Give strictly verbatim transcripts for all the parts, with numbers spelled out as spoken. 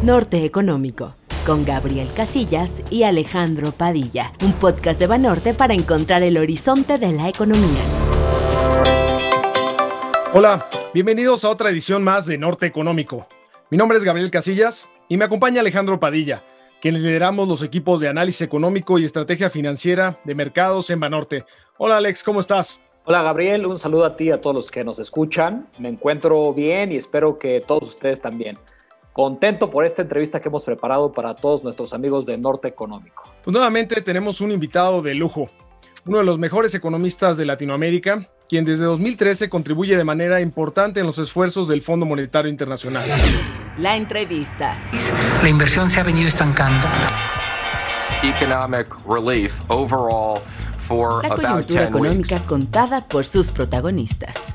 Norte Económico, con Gabriel Casillas y Alejandro Padilla, un podcast de Banorte para encontrar el horizonte de la economía. Hola, bienvenidos a otra edición más de Norte Económico. Mi nombre es Gabriel Casillas y me acompaña Alejandro Padilla, quienes lideramos los equipos de análisis económico y estrategia financiera de mercados en Banorte. Hola Alex, ¿cómo estás? Hola Gabriel, un saludo a ti y a todos los que nos escuchan. Me encuentro bien y espero que todos ustedes también. Contento por esta entrevista que hemos preparado para todos nuestros amigos de Norte Económico. Pues nuevamente tenemos un invitado de lujo, uno de los mejores economistas de Latinoamérica, quien desde dos mil trece contribuye de manera importante en los esfuerzos del Fondo Monetario Internacional. La entrevista. La inversión se ha venido estancando. Economic relief overall for La about coyuntura ten económica weeks. contada por sus protagonistas.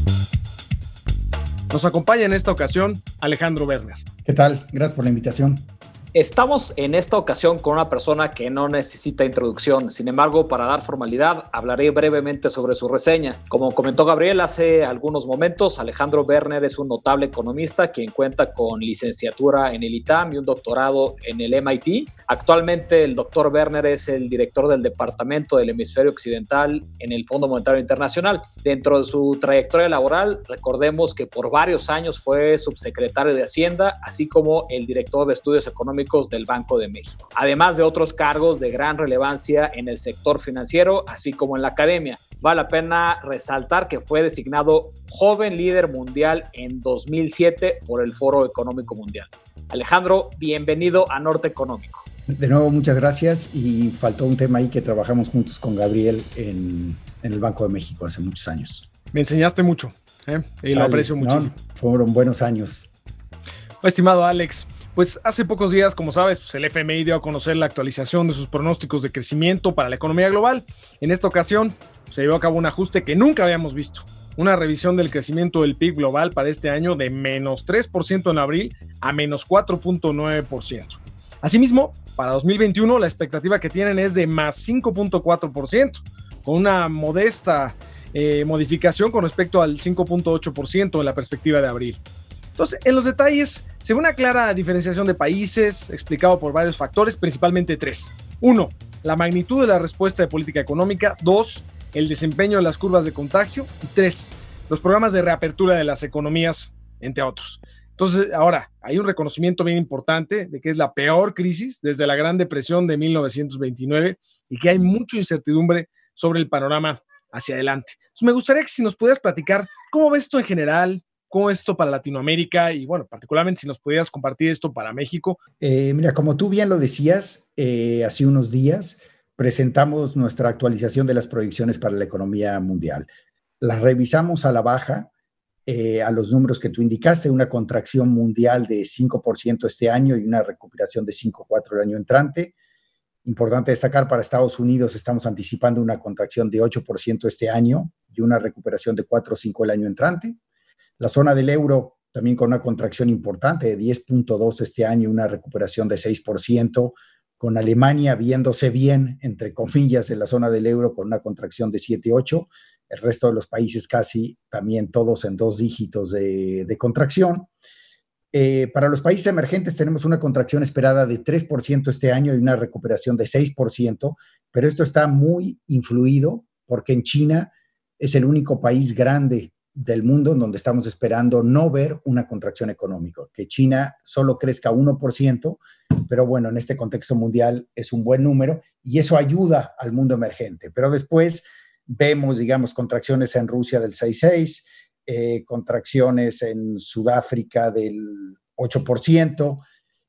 Nos acompaña en esta ocasión Alejandro Werner. ¿Qué tal? Gracias por la invitación. Estamos en esta ocasión con una persona que no necesita introducción. Sin embargo, para dar formalidad, hablaré brevemente sobre su reseña. Como comentó Gabriel hace algunos momentos, Alejandro Werner es un notable economista quien cuenta con licenciatura en el I T A M y un doctorado en el M I T. Actualmente, el doctor Werner es el director del Departamento del Hemisferio Occidental en el Fondo Monetario Internacional. Dentro de su trayectoria laboral, recordemos que por varios años fue subsecretario de Hacienda, así como el director de Estudios Económicos del Banco de México, además de otros cargos de gran relevancia en el sector financiero, así como en la academia. Vale la pena resaltar que fue designado joven líder mundial en dos mil siete por el Foro Económico Mundial. Alejandro, bienvenido a Norte Económico. De nuevo, muchas gracias. Y faltó un tema ahí que trabajamos juntos con Gabriel en, en el Banco de México hace muchos años. Me enseñaste mucho, ¿eh? y Sale, lo aprecio ¿no? muchísimo. Fueron buenos años. Estimado Alex, pues hace pocos días, como sabes, pues el F M I dio a conocer la actualización de sus pronósticos de crecimiento para la economía global. En esta ocasión se llevó a cabo un ajuste que nunca habíamos visto. Una revisión del crecimiento del P I B global para este año de menos tres por ciento en abril a menos cuatro punto nueve por ciento. Asimismo, para dos mil veintiuno la expectativa que tienen es de más cinco punto cuatro por ciento, con una modesta eh, modificación con respecto al cinco punto ocho por ciento en la perspectiva de abril. Entonces, en los detalles, se ve una clara diferenciación de países, explicado por varios factores, principalmente tres. Uno, la magnitud de la respuesta de política económica. Dos, el desempeño de las curvas de contagio. Y tres, los programas de reapertura de las economías, entre otros. Entonces, ahora, hay un reconocimiento bien importante de que es la peor crisis desde la Gran Depresión de mil novecientos veintinueve y que hay mucha incertidumbre sobre el panorama hacia adelante. Entonces, me gustaría que si nos pudieras platicar cómo ves esto en general, cómo es esto para Latinoamérica y, bueno, particularmente si nos pudieras compartir esto para México. Eh, mira, como tú bien lo decías, eh, hace unos días presentamos nuestra actualización de las proyecciones para la economía mundial. Las revisamos a la baja, eh, a los números que tú indicaste, una contracción mundial de cinco por ciento este año y una recuperación de cinco punto cuatro por ciento el año entrante. Importante destacar, para Estados Unidos estamos anticipando una contracción de ocho por ciento este año y una recuperación de cuatro punto cinco por ciento el año entrante. La zona del euro también con una contracción importante de diez punto dos por ciento este año, una recuperación de seis por ciento, con Alemania viéndose bien, entre comillas, en la zona del euro con una contracción de siete punto ocho por ciento, el resto de los países casi también todos en dos dígitos de, de contracción. Eh, para los países emergentes tenemos una contracción esperada de tres por ciento este año y una recuperación de seis por ciento, pero esto está muy influido porque en China es el único país grande del mundo en donde estamos esperando no ver una contracción económica, que China solo crezca uno por ciento, pero bueno, en este contexto mundial es un buen número y eso ayuda al mundo emergente. Pero después vemos, digamos, contracciones en Rusia del seis punto seis por ciento, eh, contracciones en Sudáfrica del ocho por ciento.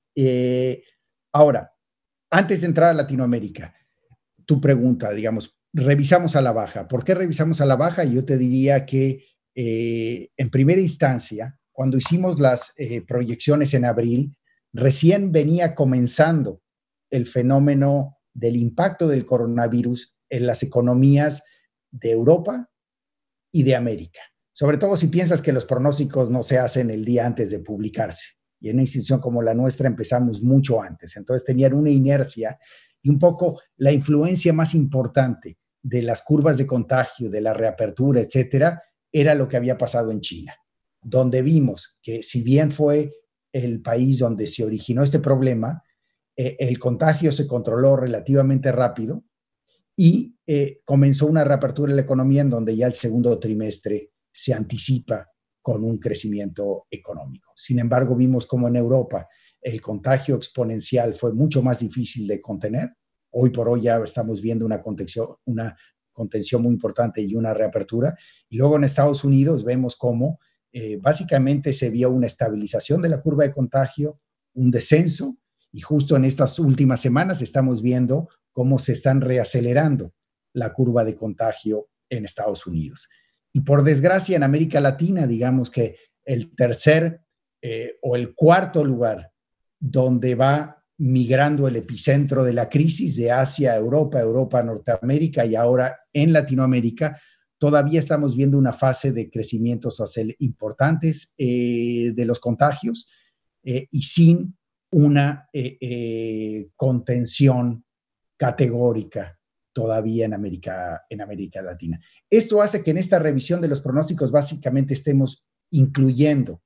Eh, ahora, antes de entrar a Latinoamérica, tu pregunta, digamos, revisamos a la baja. ¿Por qué revisamos a la baja? Yo te diría que Eh, en primera instancia, cuando hicimos las eh, proyecciones en abril, recién venía comenzando el fenómeno del impacto del coronavirus en las economías de Europa y de América. Sobre todo si piensas que los pronósticos no se hacen el día antes de publicarse. Y en una institución como la nuestra empezamos mucho antes. Entonces tenían una inercia y un poco la influencia más importante de las curvas de contagio, de la reapertura, etcétera, era lo que había pasado en China, donde vimos que si bien fue el país donde se originó este problema, eh, el contagio se controló relativamente rápido y eh, comenzó una reapertura de la economía en donde ya el segundo trimestre se anticipa con un crecimiento económico. Sin embargo, vimos como en Europa el contagio exponencial fue mucho más difícil de contener. Hoy por hoy ya estamos viendo una contención, una contención muy importante y una reapertura. Y luego en Estados Unidos vemos cómo eh, básicamente se vio una estabilización de la curva de contagio, un descenso, y justo en estas últimas semanas estamos viendo cómo se están reacelerando la curva de contagio en Estados Unidos. Y por desgracia en América Latina, digamos que el tercer eh, o el cuarto lugar donde va migrando el epicentro de la crisis de Asia a Europa, Europa a Norteamérica y ahora en Latinoamérica, todavía estamos viendo una fase de crecimientos importantes eh, de los contagios eh, y sin una eh, eh, contención categórica todavía en América, en América Latina. Esto hace que en esta revisión de los pronósticos básicamente estemos incluyendo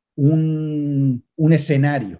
un, un escenario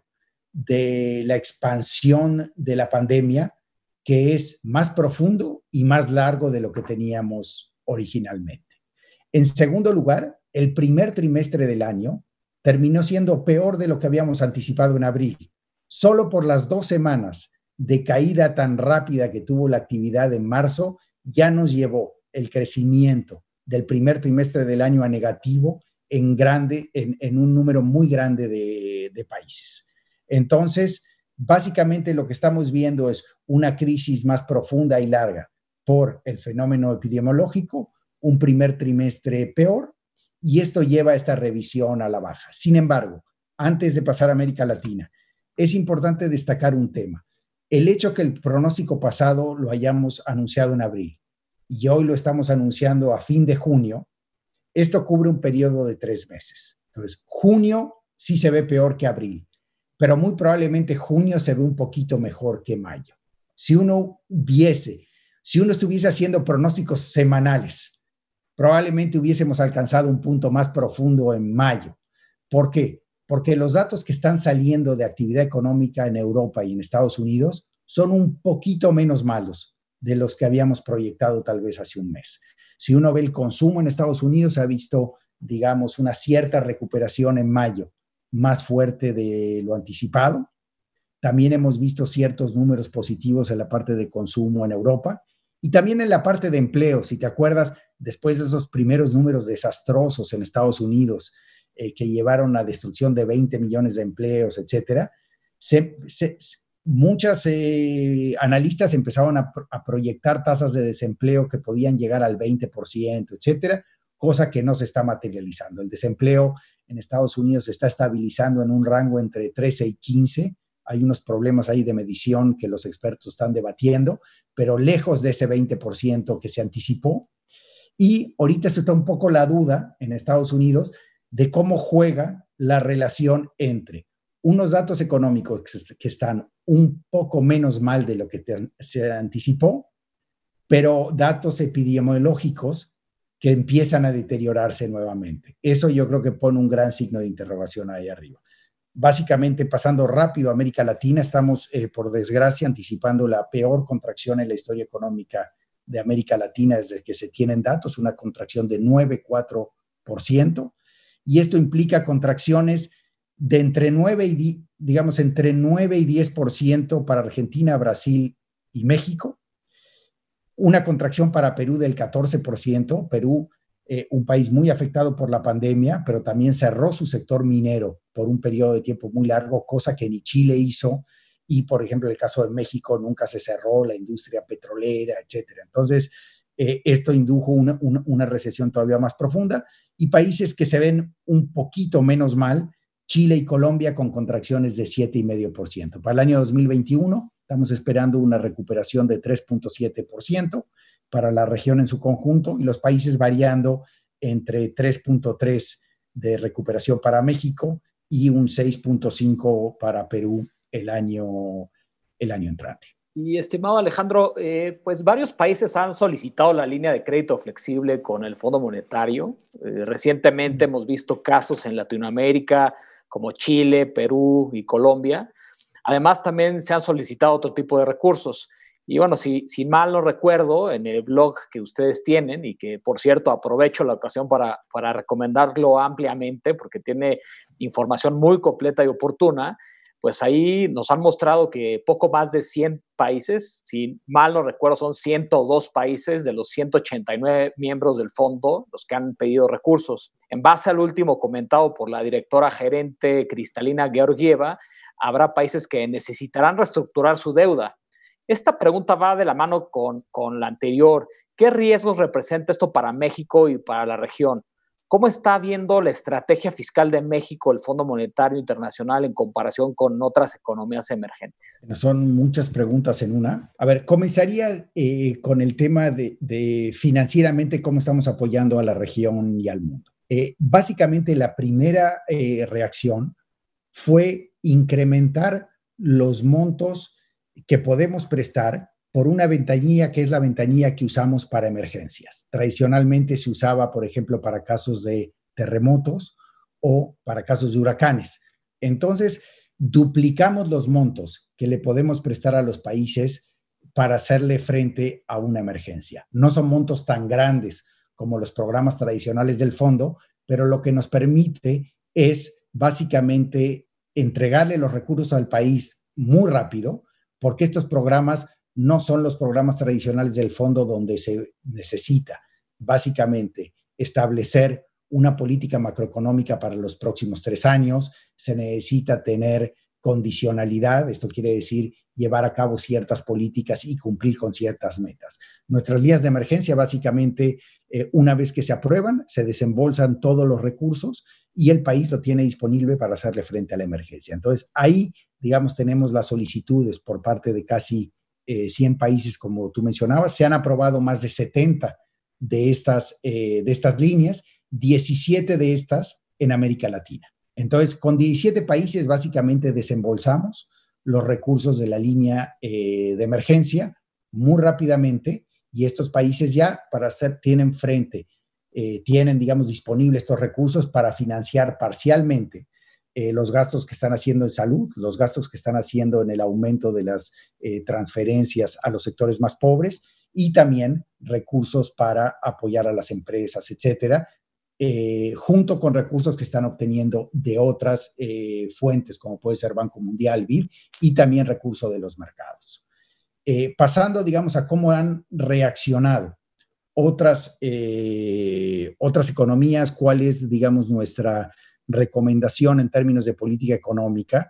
de la expansión de la pandemia que es más profundo y más largo de lo que teníamos originalmente. En segundo lugar, el primer trimestre del año terminó siendo peor de lo que habíamos anticipado en abril. Solo por las dos semanas de caída tan rápida que tuvo la actividad en marzo, ya nos llevó el crecimiento del primer trimestre del año a negativo en, grande, en, en un número muy grande de, de países. Entonces, básicamente lo que estamos viendo es una crisis más profunda y larga por el fenómeno epidemiológico, un primer trimestre peor, y esto lleva a esta revisión a la baja. Sin embargo, antes de pasar a América Latina, es importante destacar un tema. El hecho que el pronóstico pasado lo hayamos anunciado en abril y hoy lo estamos anunciando a fin de junio, esto cubre un periodo de tres meses. Entonces, junio sí se ve peor que abril, pero muy probablemente junio se ve un poquito mejor que mayo. Si uno viese, si uno estuviese haciendo pronósticos semanales, probablemente hubiésemos alcanzado un punto más profundo en mayo. ¿Por qué? Porque los datos que están saliendo de actividad económica en Europa y en Estados Unidos son un poquito menos malos de los que habíamos proyectado tal vez hace un mes. Si uno ve el consumo en Estados Unidos, se ha visto, digamos, una cierta recuperación en mayo, más fuerte de lo anticipado. También hemos visto ciertos números positivos en la parte de consumo en Europa y también en la parte de empleo. Si te acuerdas, después de esos primeros números desastrosos en Estados Unidos, Eh, que llevaron a la destrucción de veinte millones de empleos, etcétera, se, se, muchas eh, analistas empezaron a, a proyectar tasas de desempleo que podían llegar al veinte por ciento, etcétera, cosa que no se está materializando. El desempleo en Estados Unidos se está estabilizando en un rango entre trece y quince. Hay unos problemas ahí de medición que los expertos están debatiendo, pero lejos de ese veinte por ciento que se anticipó. Y ahorita se está un poco la duda en Estados Unidos de cómo juega la relación entre unos datos económicos que están un poco menos mal de lo que te, se anticipó, pero datos epidemiológicos que empiezan a deteriorarse nuevamente. Eso yo creo que pone un gran signo de interrogación ahí arriba. Básicamente, pasando rápido a América Latina, estamos, eh, por desgracia, anticipando la peor contracción en la historia económica de América Latina desde que se tienen datos, una contracción de nueve coma cuatro por ciento. Y esto implica contracciones de entre nueve y, digamos, entre nueve y diez por ciento para Argentina, Brasil y México. Una contracción para Perú del catorce por ciento. Perú, eh, un país muy afectado por la pandemia, pero también cerró su sector minero por un periodo de tiempo muy largo, cosa que ni Chile hizo. Y, por ejemplo, en el caso de México, nunca se cerró la industria petrolera, etcétera. Entonces, Eh, esto indujo una, una, una recesión todavía más profunda y países que se ven un poquito menos mal, Chile y Colombia con contracciones de siete coma cinco por ciento. Para el año dos mil veintiuno estamos esperando una recuperación de tres coma siete por ciento para la región en su conjunto y los países variando entre tres coma tres de recuperación para México y un seis coma cinco para Perú el año, el año entrante. Y estimado Alejandro, eh, pues varios países han solicitado la línea de crédito flexible con el Fondo Monetario. Eh, recientemente hemos visto casos en Latinoamérica como Chile, Perú y Colombia. Además, también se han solicitado otro tipo de recursos. Y bueno, si, si mal no recuerdo, en el blog que ustedes tienen, y que por cierto aprovecho la ocasión para, para recomendarlo ampliamente porque tiene información muy completa y oportuna, pues ahí nos han mostrado que poco más de cien países, si mal no recuerdo son ciento dos países de los ciento ochenta y nueve miembros del fondo los que han pedido recursos. En base al último comentado por la directora gerente Kristalina Georgieva, habrá países que necesitarán reestructurar su deuda. Esta pregunta va de la mano con, con la anterior. ¿Qué riesgos representa esto para México y para la región? ¿Cómo está viendo la estrategia fiscal de México, el Fondo Monetario Internacional, en comparación con otras economías emergentes? Son muchas preguntas en una. A ver, comenzaría eh, con el tema de, de financieramente cómo estamos apoyando a la región y al mundo. Eh, básicamente, la primera eh, reacción fue incrementar los montos que podemos prestar por una ventanilla que es la ventanilla que usamos para emergencias. Tradicionalmente se usaba, por ejemplo, para casos de terremotos o para casos de huracanes. Entonces, duplicamos los montos que le podemos prestar a los países para hacerle frente a una emergencia. No son montos tan grandes como los programas tradicionales del fondo, pero lo que nos permite es básicamente entregarle los recursos al país muy rápido, porque estos programas no son los programas tradicionales del fondo donde se necesita básicamente establecer una política macroeconómica para los próximos tres años, se necesita tener condicionalidad, esto quiere decir llevar a cabo ciertas políticas y cumplir con ciertas metas. Nuestras líneas de emergencia básicamente, eh, una vez que se aprueban, se desembolsan todos los recursos y el país lo tiene disponible para hacerle frente a la emergencia. Entonces, ahí, digamos, tenemos las solicitudes por parte de casi eh, cien países, como tú mencionabas. Se han aprobado más de setenta de estas, eh, de estas líneas, diecisiete de estas en América Latina. Entonces, con diecisiete países básicamente desembolsamos los recursos de la línea eh, de emergencia muy rápidamente, y estos países ya para hacer, tienen frente, eh, tienen, digamos, disponibles estos recursos para financiar parcialmente eh, los gastos que están haciendo en salud, los gastos que están haciendo en el aumento de las eh, transferencias a los sectores más pobres, y también recursos para apoyar a las empresas, etcétera, Eh, junto con recursos que están obteniendo de otras eh, fuentes, como puede ser Banco Mundial, B I D, y también recursos de los mercados. Eh, pasando, digamos, a cómo han reaccionado otras, eh, otras economías, cuál es, digamos, nuestra recomendación en términos de política económica,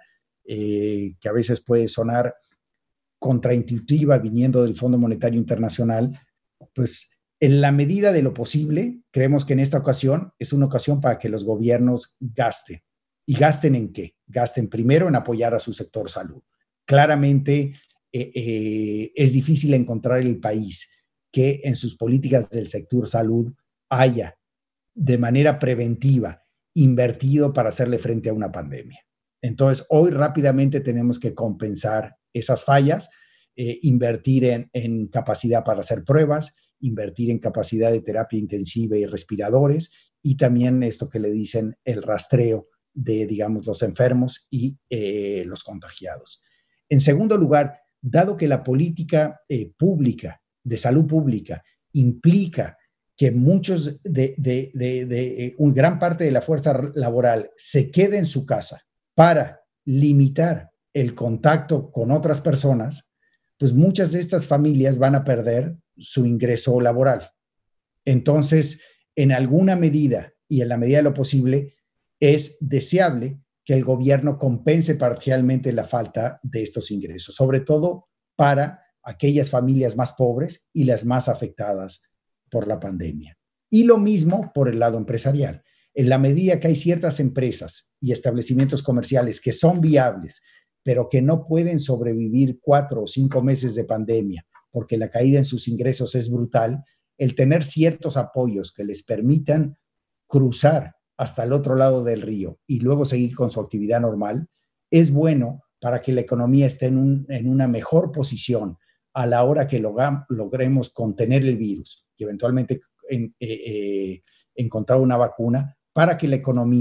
eh, que a veces puede sonar contraintuitiva viniendo del Fondo Monetario Internacional, pues en la medida de lo posible, creemos que en esta ocasión es una ocasión para que los gobiernos gasten. ¿Y gasten en qué? Gasten primero en apoyar a su sector salud. Claramente eh, eh, es difícil encontrar el país que en sus políticas del sector salud haya de manera preventiva invertido para hacerle frente a una pandemia. Entonces, hoy rápidamente tenemos que compensar esas fallas, eh, invertir en, en capacidad para hacer pruebas, invertir en capacidad de terapia intensiva y respiradores, y también esto que le dicen el rastreo de, digamos, los enfermos y eh, los contagiados. En segundo lugar, dado que la política eh, pública, de salud pública, implica que muchos de, de, de, de eh, una gran parte de la fuerza laboral se quede en su casa para limitar el contacto con otras personas, pues muchas de estas familias van a perder su ingreso laboral. Entonces, en alguna medida y en la medida de lo posible, es deseable que el gobierno compense parcialmente la falta de estos ingresos, sobre todo para aquellas familias más pobres y las más afectadas por la pandemia. Y lo mismo por el lado empresarial. En la medida que hay ciertas empresas y establecimientos comerciales que son viables, pero que no pueden sobrevivir cuatro o cinco meses de pandemia, porque la caída en sus ingresos es brutal, el tener ciertos apoyos que les permitan cruzar hasta el otro lado del río y luego seguir con su actividad normal, es bueno para que la economía esté en, un, en una mejor posición a la hora que logam, logremos contener el virus y eventualmente en, eh, eh, encontrar una vacuna, para que la economía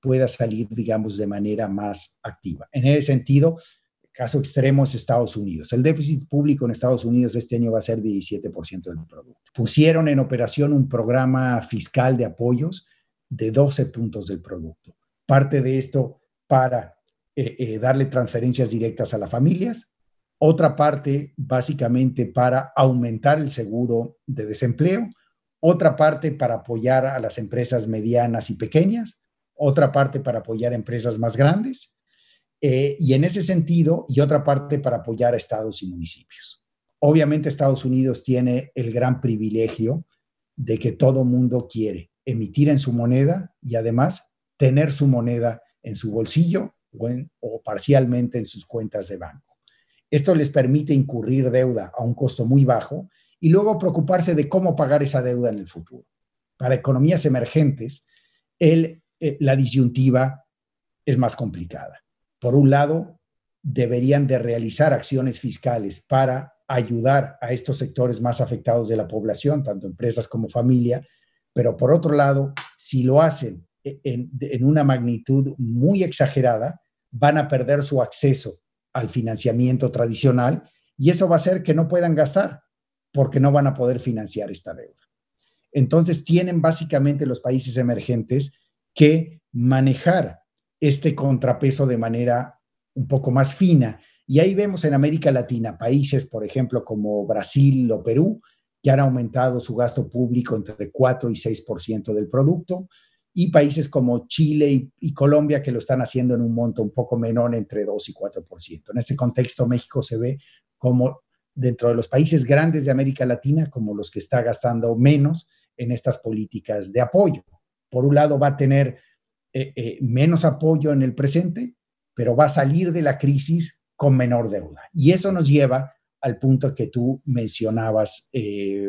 pueda salir, digamos, de manera más activa. En ese sentido, caso extremo es Estados Unidos. El déficit público en Estados Unidos este año va a ser de diecisiete por ciento del producto. Pusieron en operación un programa fiscal de apoyos de doce puntos del producto. Parte de esto para eh, eh, darle transferencias directas a las familias, otra parte básicamente para aumentar el seguro de desempleo, otra parte para apoyar a las empresas medianas y pequeñas, otra parte para apoyar a empresas más grandes, eh, y en ese sentido, y otra parte para apoyar a estados y municipios. Obviamente Estados Unidos tiene el gran privilegio de que todo mundo quiere emitir en su moneda y además tener su moneda en su bolsillo o, en, o parcialmente en sus cuentas de banco. Esto les permite incurrir deuda a un costo muy bajo y luego preocuparse de cómo pagar esa deuda en el futuro. Para economías emergentes, el, eh, la disyuntiva es más complicada. Por un lado, deberían de realizar acciones fiscales para ayudar a estos sectores más afectados de la población, tanto empresas como familia, pero por otro lado, si lo hacen en, en una magnitud muy exagerada, van a perder su acceso al financiamiento tradicional y eso va a hacer que no puedan gastar porque no van a poder financiar esta deuda. Entonces tienen básicamente los países emergentes que manejar este contrapeso de manera un poco más fina. Y ahí vemos en América Latina países, por ejemplo, como Brasil o Perú, que han aumentado su gasto público entre cuatro y seis por ciento del producto, y países como Chile y, y Colombia que lo están haciendo en un monto un poco menor, entre dos y cuatro por ciento. En este contexto, México se ve como dentro de los países grandes de América Latina, como los que está gastando menos en estas políticas de apoyo. Por un lado, va a tener eh, eh, menos apoyo en el presente, pero va a salir de la crisis con menor deuda. Y eso nos lleva al punto que tú mencionabas eh,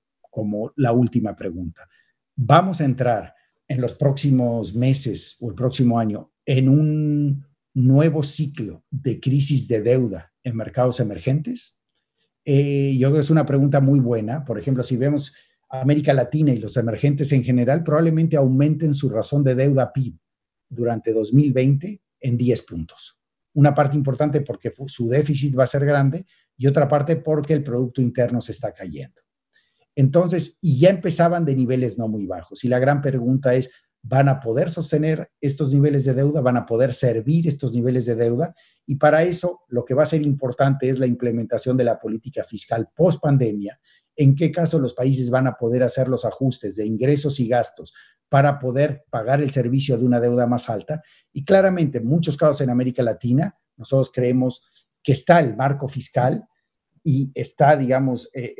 como la última pregunta. Vamos a entrar en los próximos meses o el próximo año en un nuevo ciclo de crisis de deuda en mercados emergentes. Eh, yo creo que es una pregunta muy buena. Por ejemplo, si vemos América Latina y los emergentes en general, probablemente aumenten su razón de deuda P I B durante dos mil veinte en diez puntos. Una parte importante porque su déficit va a ser grande y otra parte porque el Producto Interno se está cayendo. Entonces, y ya empezaban de niveles no muy bajos. Y la gran pregunta es, ¿van a poder sostener estos niveles de deuda? ¿Van a poder servir estos niveles de deuda? Y para eso, lo que va a ser importante es la implementación de la política fiscal post-pandemia. ¿En qué caso los países van a poder hacer los ajustes de ingresos y gastos para poder pagar el servicio de una deuda más alta? Y claramente, en muchos casos en América Latina, nosotros creemos que está el marco fiscal y está, digamos, eh,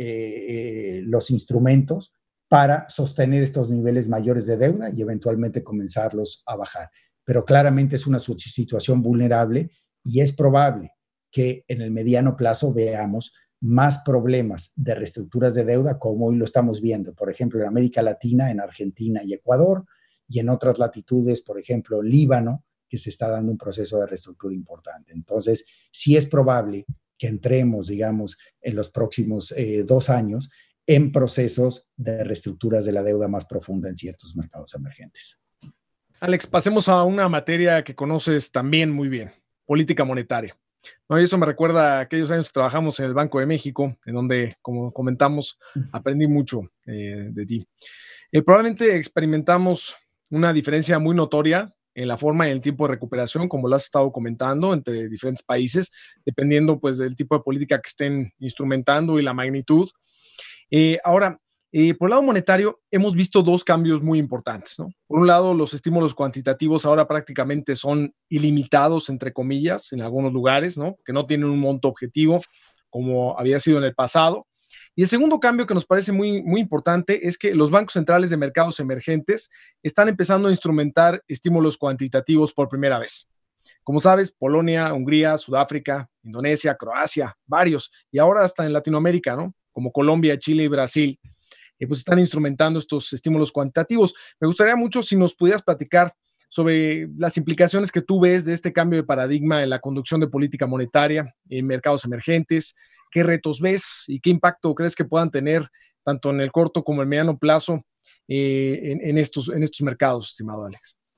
eh, los instrumentos para sostener estos niveles mayores de deuda y eventualmente comenzarlos a bajar. Pero claramente es una situación vulnerable y es probable que en el mediano plazo veamos más problemas de reestructuras de deuda como hoy lo estamos viendo, por ejemplo, en América Latina, en Argentina y Ecuador, y en otras latitudes, por ejemplo, Líbano, que se está dando un proceso de reestructura importante. Entonces, sí es probable que entremos, digamos, en los próximos eh, dos años en procesos de reestructuras de la deuda más profunda en ciertos mercados emergentes. Alex, pasemos a una materia que conoces también muy bien, política monetaria. No, y eso me recuerda a aquellos años que trabajamos en el Banco de México, en donde, como comentamos, aprendí mucho eh, de ti. Eh, probablemente experimentamos una diferencia muy notoria en la forma y el tiempo de recuperación, como lo has estado comentando, entre diferentes países, dependiendo pues del tipo de política que estén instrumentando y la magnitud. Eh, ahora, eh, por el lado monetario, hemos visto dos cambios muy importantes, ¿no? Por un lado, los estímulos cuantitativos ahora prácticamente son ilimitados, entre comillas, en algunos lugares, ¿no? Que no tienen un monto objetivo, como había sido en el pasado. Y el segundo cambio que nos parece muy, muy importante es que los bancos centrales de mercados emergentes están empezando a instrumentar estímulos cuantitativos por primera vez. Como sabes, Polonia, Hungría, Sudáfrica, Indonesia, Croacia, varios, y ahora hasta en Latinoamérica, ¿no? Como Colombia, Chile y Brasil, eh, pues están instrumentando estos estímulos cuantitativos. Me gustaría mucho si nos pudieras platicar sobre las implicaciones que tú ves de este cambio de paradigma en la conducción de política monetaria en mercados emergentes. ¿Qué retos ves y qué impacto crees que puedan tener tanto en el corto como en el mediano plazo eh, en, en, estos, en estos mercados, estimado Alex?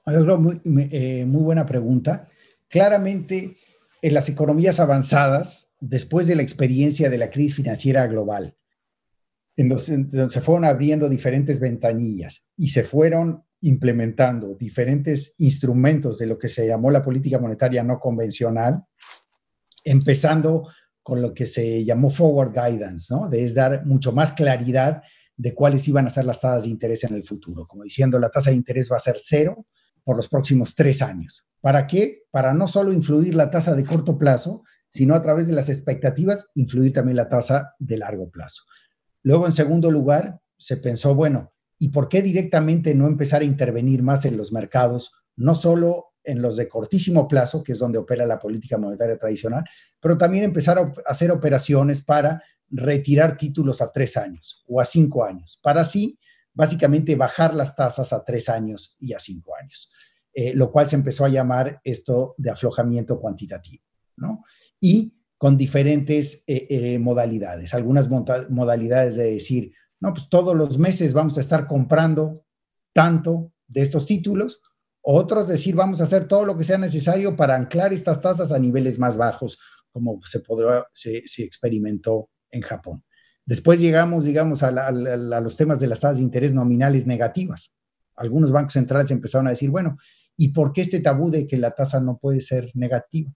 Muy, eh, muy buena pregunta. Claramente, en las economías avanzadas, después de la experiencia de la crisis financiera global, en donde, en donde se fueron abriendo diferentes ventanillas y se fueron implementando diferentes instrumentos de lo que se llamó la política monetaria no convencional, empezando con lo que se llamó forward guidance, ¿no? De es dar mucho más claridad de cuáles iban a ser las tasas de interés en el futuro, como diciendo la tasa de interés va a ser cero por los próximos tres años. ¿Para qué? Para no solo influir la tasa de corto plazo, sino a través de las expectativas, influir también la tasa de largo plazo. Luego, en segundo lugar, se pensó, bueno, ¿y por qué directamente no empezar a intervenir más en los mercados, no solo en los de cortísimo plazo, que es donde opera la política monetaria tradicional, pero también empezar a hacer operaciones para retirar títulos a tres años o a cinco años, para así básicamente bajar las tasas a tres años y a cinco años, eh, lo cual se empezó a llamar esto de aflojamiento cuantitativo, ¿no? Y con diferentes eh, eh, modalidades, algunas modalidades de decir, no, pues todos los meses vamos a estar comprando tanto de estos títulos, otros decir, vamos a hacer todo lo que sea necesario para anclar estas tasas a niveles más bajos, como se, podrá, se, se experimentó en Japón. Después llegamos, digamos, a, la, a, la, a los temas de las tasas de interés nominales negativas. Algunos bancos centrales empezaron a decir, bueno, ¿y por qué este tabú de que la tasa no puede ser negativa?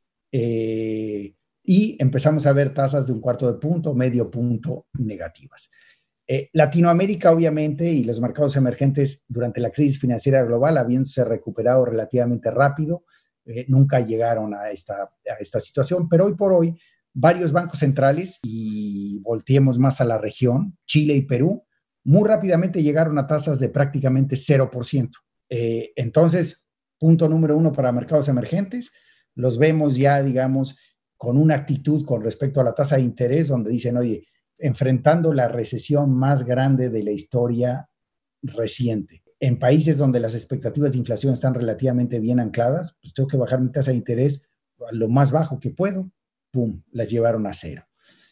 Eh, y empezamos a ver tasas de un cuarto de punto, medio punto negativas. Eh, Latinoamérica, obviamente, y los mercados emergentes durante la crisis financiera global, habiéndose recuperado relativamente rápido, eh, nunca llegaron a esta, a esta situación, pero hoy por hoy, varios bancos centrales, y volteemos más a la región, Chile y Perú, muy rápidamente llegaron a tasas de prácticamente cero por ciento. Eh, entonces, punto número uno para mercados emergentes, los vemos ya, digamos, con una actitud con respecto a la tasa de interés, donde dicen, oye, enfrentando la recesión más grande de la historia reciente. En países donde las expectativas de inflación están relativamente bien ancladas, pues tengo que bajar mi tasa de interés a lo más bajo que puedo. ¡Pum! Las llevaron a cero.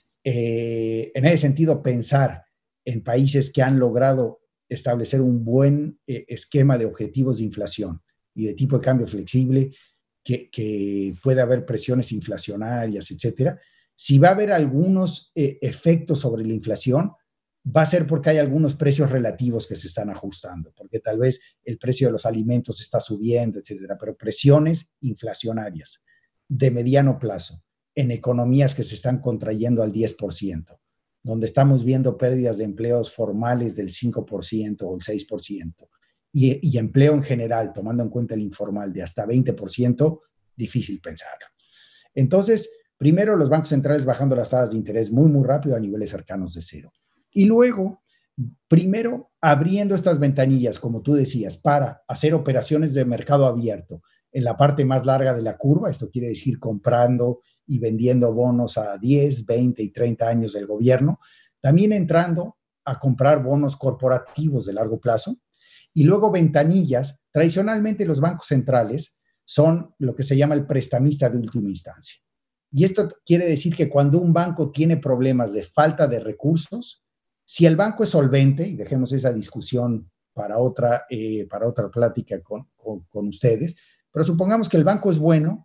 Eh, en ese sentido, pensar en países que han logrado establecer un buen eh, esquema de objetivos de inflación y de tipo de cambio flexible, que, que puede haber presiones inflacionarias, etcétera. Si va a haber algunos eh, efectos sobre la inflación, va a ser porque hay algunos precios relativos que se están ajustando, porque tal vez el precio de los alimentos está subiendo, etcétera, pero presiones inflacionarias de mediano plazo en economías que se están contrayendo al diez por ciento, donde estamos viendo pérdidas de empleos formales del cinco por ciento o el seis por ciento, y, y empleo en general, tomando en cuenta el informal, de hasta veinte por ciento, difícil pensarlo. Entonces, primero, los bancos centrales bajando las tasas de interés muy, muy rápido a niveles cercanos de cero. Y luego, primero, abriendo estas ventanillas, como tú decías, para hacer operaciones de mercado abierto en la parte más larga de la curva. Esto quiere decir comprando y vendiendo bonos a diez, veinte y treinta años del gobierno. También entrando a comprar bonos corporativos de largo plazo. Y luego ventanillas. Tradicionalmente los bancos centrales son lo que se llama el prestamista de última instancia. Y esto quiere decir que cuando un banco tiene problemas de falta de recursos, si el banco es solvente, y dejemos esa discusión para otra, eh, para otra plática con, con, con ustedes, pero supongamos que el banco es bueno,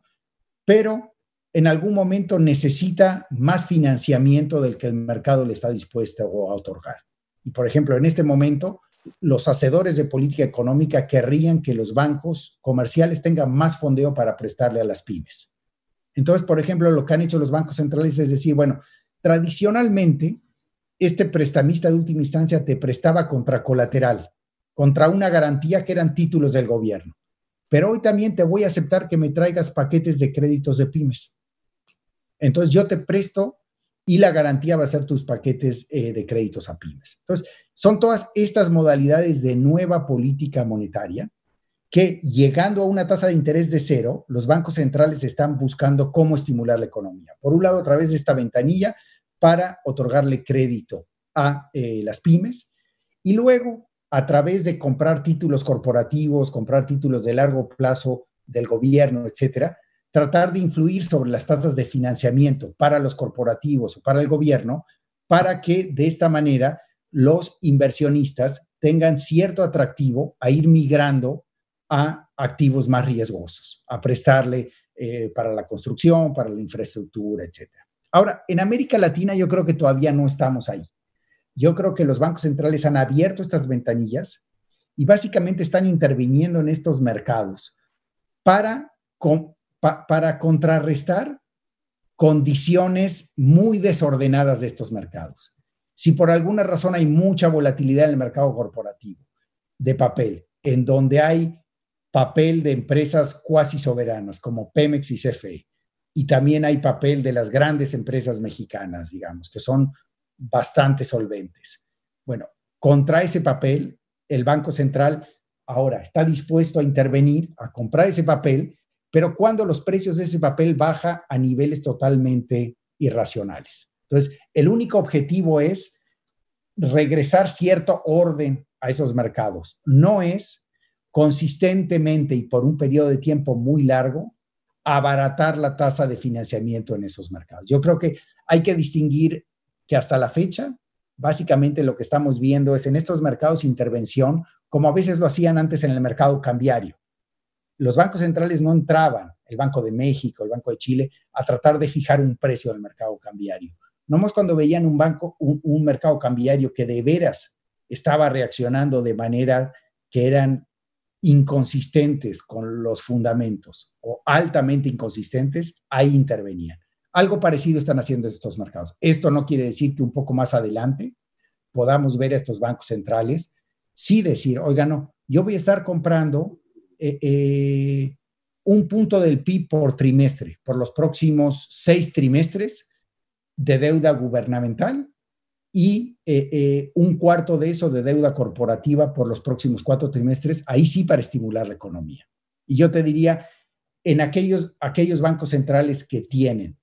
pero en algún momento necesita más financiamiento del que el mercado le está dispuesto a otorgar. Y por ejemplo, en este momento, los hacedores de política económica querrían que los bancos comerciales tengan más fondeo para prestarle a las pymes. Entonces, por ejemplo, lo que han hecho los bancos centrales es decir, bueno, tradicionalmente, este prestamista de última instancia te prestaba contra colateral, contra una garantía que eran títulos del gobierno. Pero hoy también te voy a aceptar que me traigas paquetes de créditos de pymes. Entonces, yo te presto y la garantía va a ser tus paquetes eh, de créditos a pymes. Entonces, son todas estas modalidades de nueva política monetaria que, llegando a una tasa de interés de cero, los bancos centrales están buscando cómo estimular la economía. Por un lado, a través de esta ventanilla para otorgarle crédito a eh, las pymes, y luego a través de comprar títulos corporativos, comprar títulos de largo plazo del gobierno, etcétera, tratar de influir sobre las tasas de financiamiento para los corporativos o para el gobierno, para que de esta manera los inversionistas tengan cierto atractivo a ir migrando a activos más riesgosos, a prestarle eh, para la construcción, para la infraestructura, etcétera. Ahora, en América Latina yo creo que todavía no estamos ahí. Yo creo que los bancos centrales han abierto estas ventanillas y básicamente están interviniendo en estos mercados para, con, pa, para contrarrestar condiciones muy desordenadas de estos mercados. Si por alguna razón hay mucha volatilidad en el mercado corporativo de papel, en donde hay papel de empresas cuasi soberanas como Pemex y C F E, y también hay papel de las grandes empresas mexicanas, digamos, que son bastante solventes. Bueno, contra ese papel, el Banco Central ahora está dispuesto a intervenir, a comprar ese papel, pero cuando los precios de ese papel bajan a niveles totalmente irracionales. Entonces, el único objetivo es regresar cierto orden a esos mercados. No es consistentemente y por un periodo de tiempo muy largo abaratar la tasa de financiamiento en esos mercados. Yo creo que hay que distinguir que hasta la fecha, básicamente lo que estamos viendo es en estos mercados intervención, como a veces lo hacían antes en el mercado cambiario. Los bancos centrales no entraban, el Banco de México, el Banco de Chile, a tratar de fijar un precio del mercado cambiario. Nomás cuando veían un banco, un, un mercado cambiario que de veras estaba reaccionando de manera que eran inconsistentes con los fundamentos o altamente inconsistentes, ahí intervenían. Algo parecido están haciendo estos mercados. Esto no quiere decir que un poco más adelante podamos ver a estos bancos centrales sí decir, oiga, no, yo voy a estar comprando eh, eh, un punto del P I B por trimestre, por los próximos seis trimestres de deuda gubernamental y eh, eh, un cuarto de eso de deuda corporativa por los próximos cuatro trimestres, ahí sí para estimular la economía. Y yo te diría, en aquellos, aquellos bancos centrales que tienen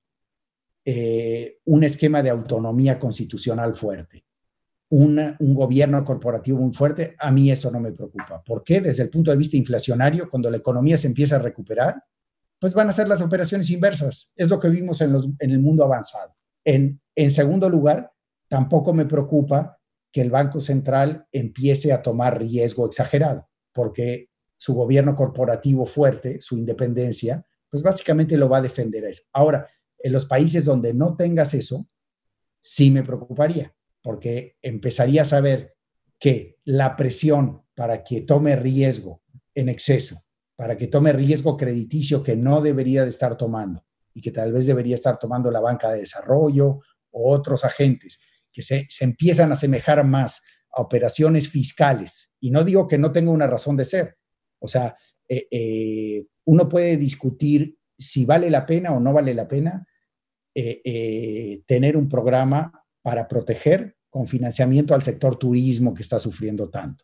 eh, un esquema de autonomía constitucional fuerte, una, un gobierno corporativo muy fuerte, a mí eso no me preocupa. ¿Por qué? Desde el punto de vista inflacionario, cuando la economía se empieza a recuperar, pues van a ser las operaciones inversas. Es lo que vimos en, los, en el mundo avanzado. En, en segundo lugar, tampoco me preocupa que el Banco Central empiece a tomar riesgo exagerado, porque su gobierno corporativo fuerte, su independencia, pues básicamente lo va a defender a eso. Ahora, en los países donde no tengas eso, sí me preocuparía, porque empezaría a saber que la presión para que tome riesgo en exceso, para que tome riesgo crediticio que no debería de estar tomando y que tal vez debería estar tomando la banca de desarrollo o otros agentes, que se, se empiezan a asemejar más a operaciones fiscales. Y no digo que no tenga una razón de ser. O sea, eh, eh, uno puede discutir si vale la pena o no vale la pena eh, eh, tener un programa para proteger con financiamiento al sector turismo que está sufriendo tanto.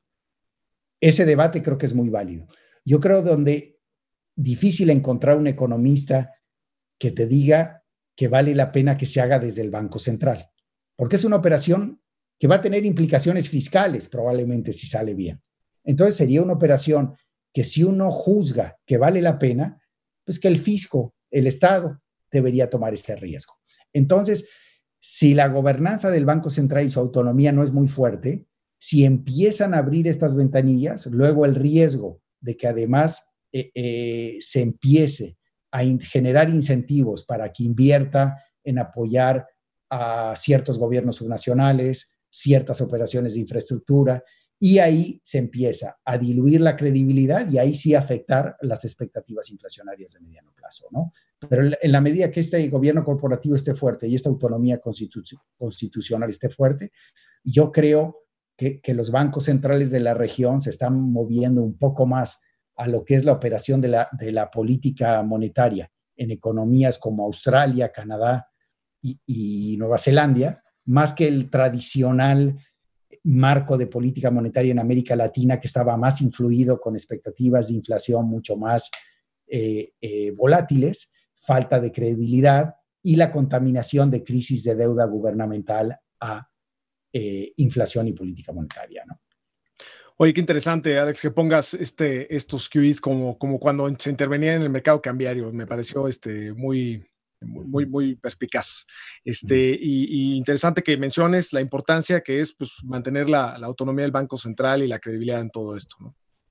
Ese debate creo que es muy válido. Yo creo donde difícil encontrar un economista que te diga que vale la pena que se haga desde el Banco Central, porque es una operación que va a tener implicaciones fiscales probablemente si sale bien. Entonces sería una operación que si uno juzga que vale la pena, pues que el fisco, el Estado, debería tomar este riesgo. Entonces, si la gobernanza del Banco Central y su autonomía no es muy fuerte, si empiezan a abrir estas ventanillas, luego el riesgo de que además eh, eh, se empiece a in- generar incentivos para que invierta en apoyar a ciertos gobiernos subnacionales, ciertas operaciones de infraestructura, y ahí se empieza a diluir la credibilidad y ahí sí afectar las expectativas inflacionarias de mediano plazo, ¿no? Pero en la medida que este gobierno corporativo esté fuerte y esta autonomía constitu- constitucional esté fuerte, yo creo que, que los bancos centrales de la región se están moviendo un poco más a lo que es la operación de la, de la política monetaria en economías como Australia, Canadá y, y Nueva Zelanda, más que el tradicional marco de política monetaria en América Latina, que estaba más influido con expectativas de inflación mucho más eh, eh, volátiles, falta de credibilidad y la contaminación de crisis de deuda gubernamental a eh, inflación y política monetaria, ¿no? Oye, qué interesante, Alex, que pongas este, estos Q Es como, como cuando se intervenía en el mercado cambiario. Me pareció este, muy, muy, muy perspicaz. Este, y, y interesante que menciones la importancia que es pues, mantener la, la autonomía del Banco Central y la credibilidad en todo esto, ¿no?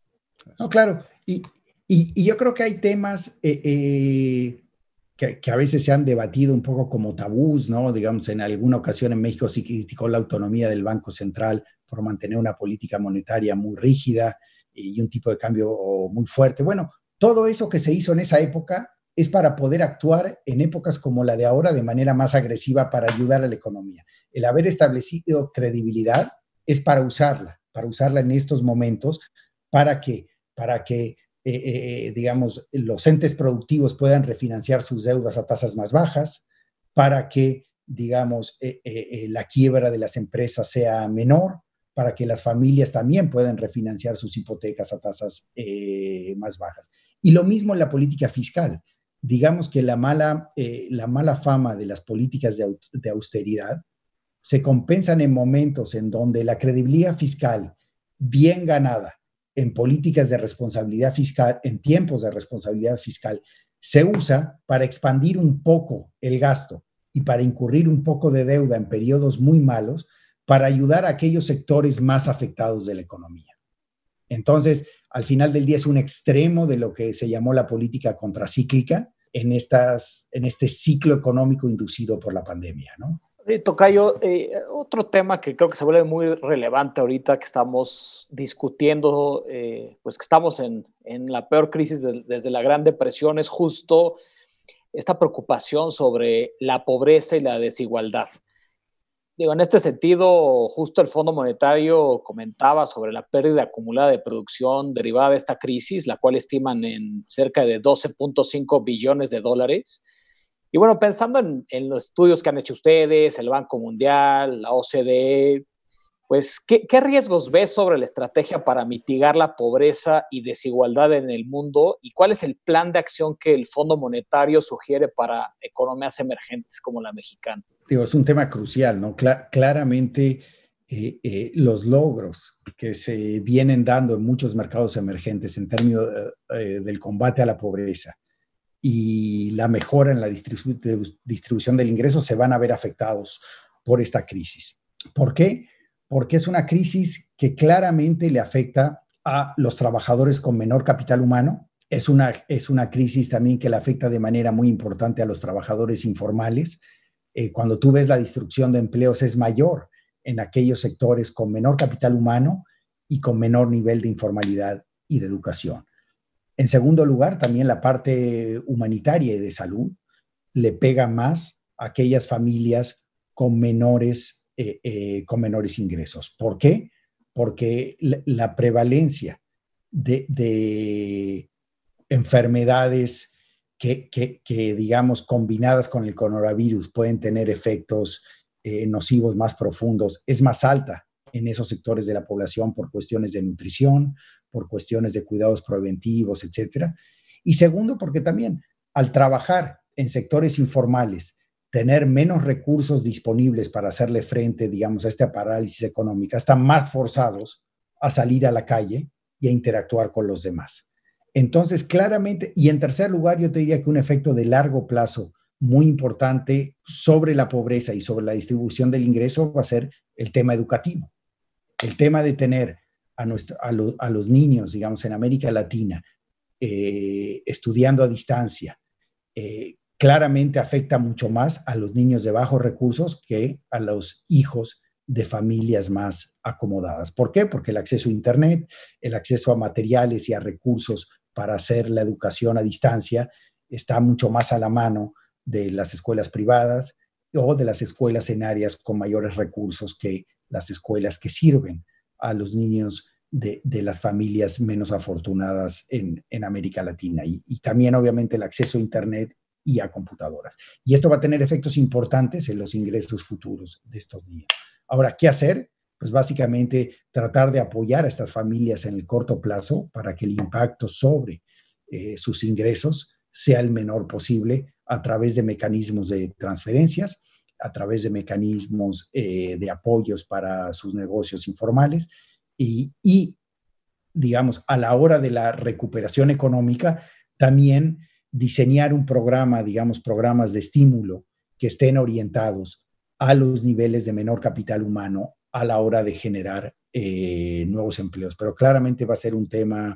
No, claro. Y, y, y yo creo que hay temas eh, eh, que, que a veces se han debatido un poco como tabús, ¿no? Digamos, en alguna ocasión en México se criticó la autonomía del Banco Central por mantener una política monetaria muy rígida y un tipo de cambio muy fuerte. Bueno, todo eso que se hizo en esa época es para poder actuar en épocas como la de ahora de manera más agresiva para ayudar a la economía. El haber establecido credibilidad es para usarla, para usarla en estos momentos, para que, para que eh, eh, digamos, los entes productivos puedan refinanciar sus deudas a tasas más bajas, para que, digamos, eh, eh, la quiebra de las empresas sea menor, para que las familias también puedan refinanciar sus hipotecas a tasas eh, más bajas. Y lo mismo en la política fiscal. Digamos que la mala, eh, la mala fama de las políticas de, de austeridad se compensan en momentos en donde la credibilidad fiscal bien ganada en políticas de responsabilidad fiscal, en tiempos de responsabilidad fiscal, se usa para expandir un poco el gasto y para incurrir un poco de deuda en periodos muy malos para ayudar a aquellos sectores más afectados de la economía. Entonces, al final del día es un extremo de lo que se llamó la política contracíclica en, estas, en este ciclo económico inducido por la pandemia, ¿no? Sí, Tocayo, eh, otro tema que creo que se vuelve muy relevante ahorita que estamos discutiendo, eh, pues que estamos en, en la peor crisis de, desde la Gran Depresión, es justo esta preocupación sobre la pobreza y la desigualdad. Digo, en este sentido, justo el Fondo Monetario comentaba sobre la pérdida acumulada de producción derivada de esta crisis, la cual estiman en cerca de doce punto cinco billones de dólares. Y bueno, pensando en, en los estudios que han hecho ustedes, el Banco Mundial, la O C D E, pues, ¿qué, qué riesgos ves sobre la estrategia para mitigar la pobreza y desigualdad en el mundo? ¿Y cuál es el plan de acción que el Fondo Monetario sugiere para economías emergentes como la mexicana? Digo, es un tema crucial, ¿no? Cla- claramente eh, eh, los logros que se vienen dando en muchos mercados emergentes en términos eh, del combate a la pobreza y la mejora en la distribu- de distribución del ingreso se van a ver afectados por esta crisis. ¿Por qué? Porque es una crisis que claramente le afecta a los trabajadores con menor capital humano. Es una, es una crisis también que le afecta de manera muy importante a los trabajadores informales. Eh, cuando tú ves la destrucción de empleos es mayor en aquellos sectores con menor capital humano y con menor nivel de informalidad y de educación. En segundo lugar, también la parte humanitaria y de salud le pega más a aquellas familias con menores, eh, eh, con menores ingresos. ¿Por qué? Porque la, la prevalencia de, de enfermedades que, que, que, digamos, combinadas con el coronavirus pueden tener efectos eh, nocivos más profundos, es más alta en esos sectores de la población por cuestiones de nutrición, por cuestiones de cuidados preventivos, etcétera. Y segundo, porque también al trabajar en sectores informales, tener menos recursos disponibles para hacerle frente, digamos, a esta parálisis económica, están más forzados a salir a la calle y a interactuar con los demás. Entonces, claramente, y en tercer lugar, yo te diría que un efecto de largo plazo muy importante sobre la pobreza y sobre la distribución del ingreso va a ser el tema educativo. El tema de tener a, nuestro, a, lo, a los niños, digamos, en América Latina, eh, estudiando a distancia, eh, claramente afecta mucho más a los niños de bajos recursos que a los hijos de familias más acomodadas. ¿Por qué? Porque el acceso a Internet, el acceso a materiales y a recursos para hacer la educación a distancia está mucho más a la mano de las escuelas privadas o de las escuelas en áreas con mayores recursos que las escuelas que sirven a los niños de, de las familias menos afortunadas en, en América Latina. Y, y también, obviamente, el acceso a Internet y a computadoras. Y esto va a tener efectos importantes en los ingresos futuros de estos niños. Ahora, ¿qué hacer? Pues básicamente tratar de apoyar a estas familias en el corto plazo para que el impacto sobre eh, sus ingresos sea el menor posible a través de mecanismos de transferencias, a través de mecanismos eh, de apoyos para sus negocios informales y, y, digamos, a la hora de la recuperación económica, también diseñar un programa, digamos, programas de estímulo que estén orientados a los niveles de menor capital humano a la hora de generar eh, nuevos empleos. Pero claramente va a ser un tema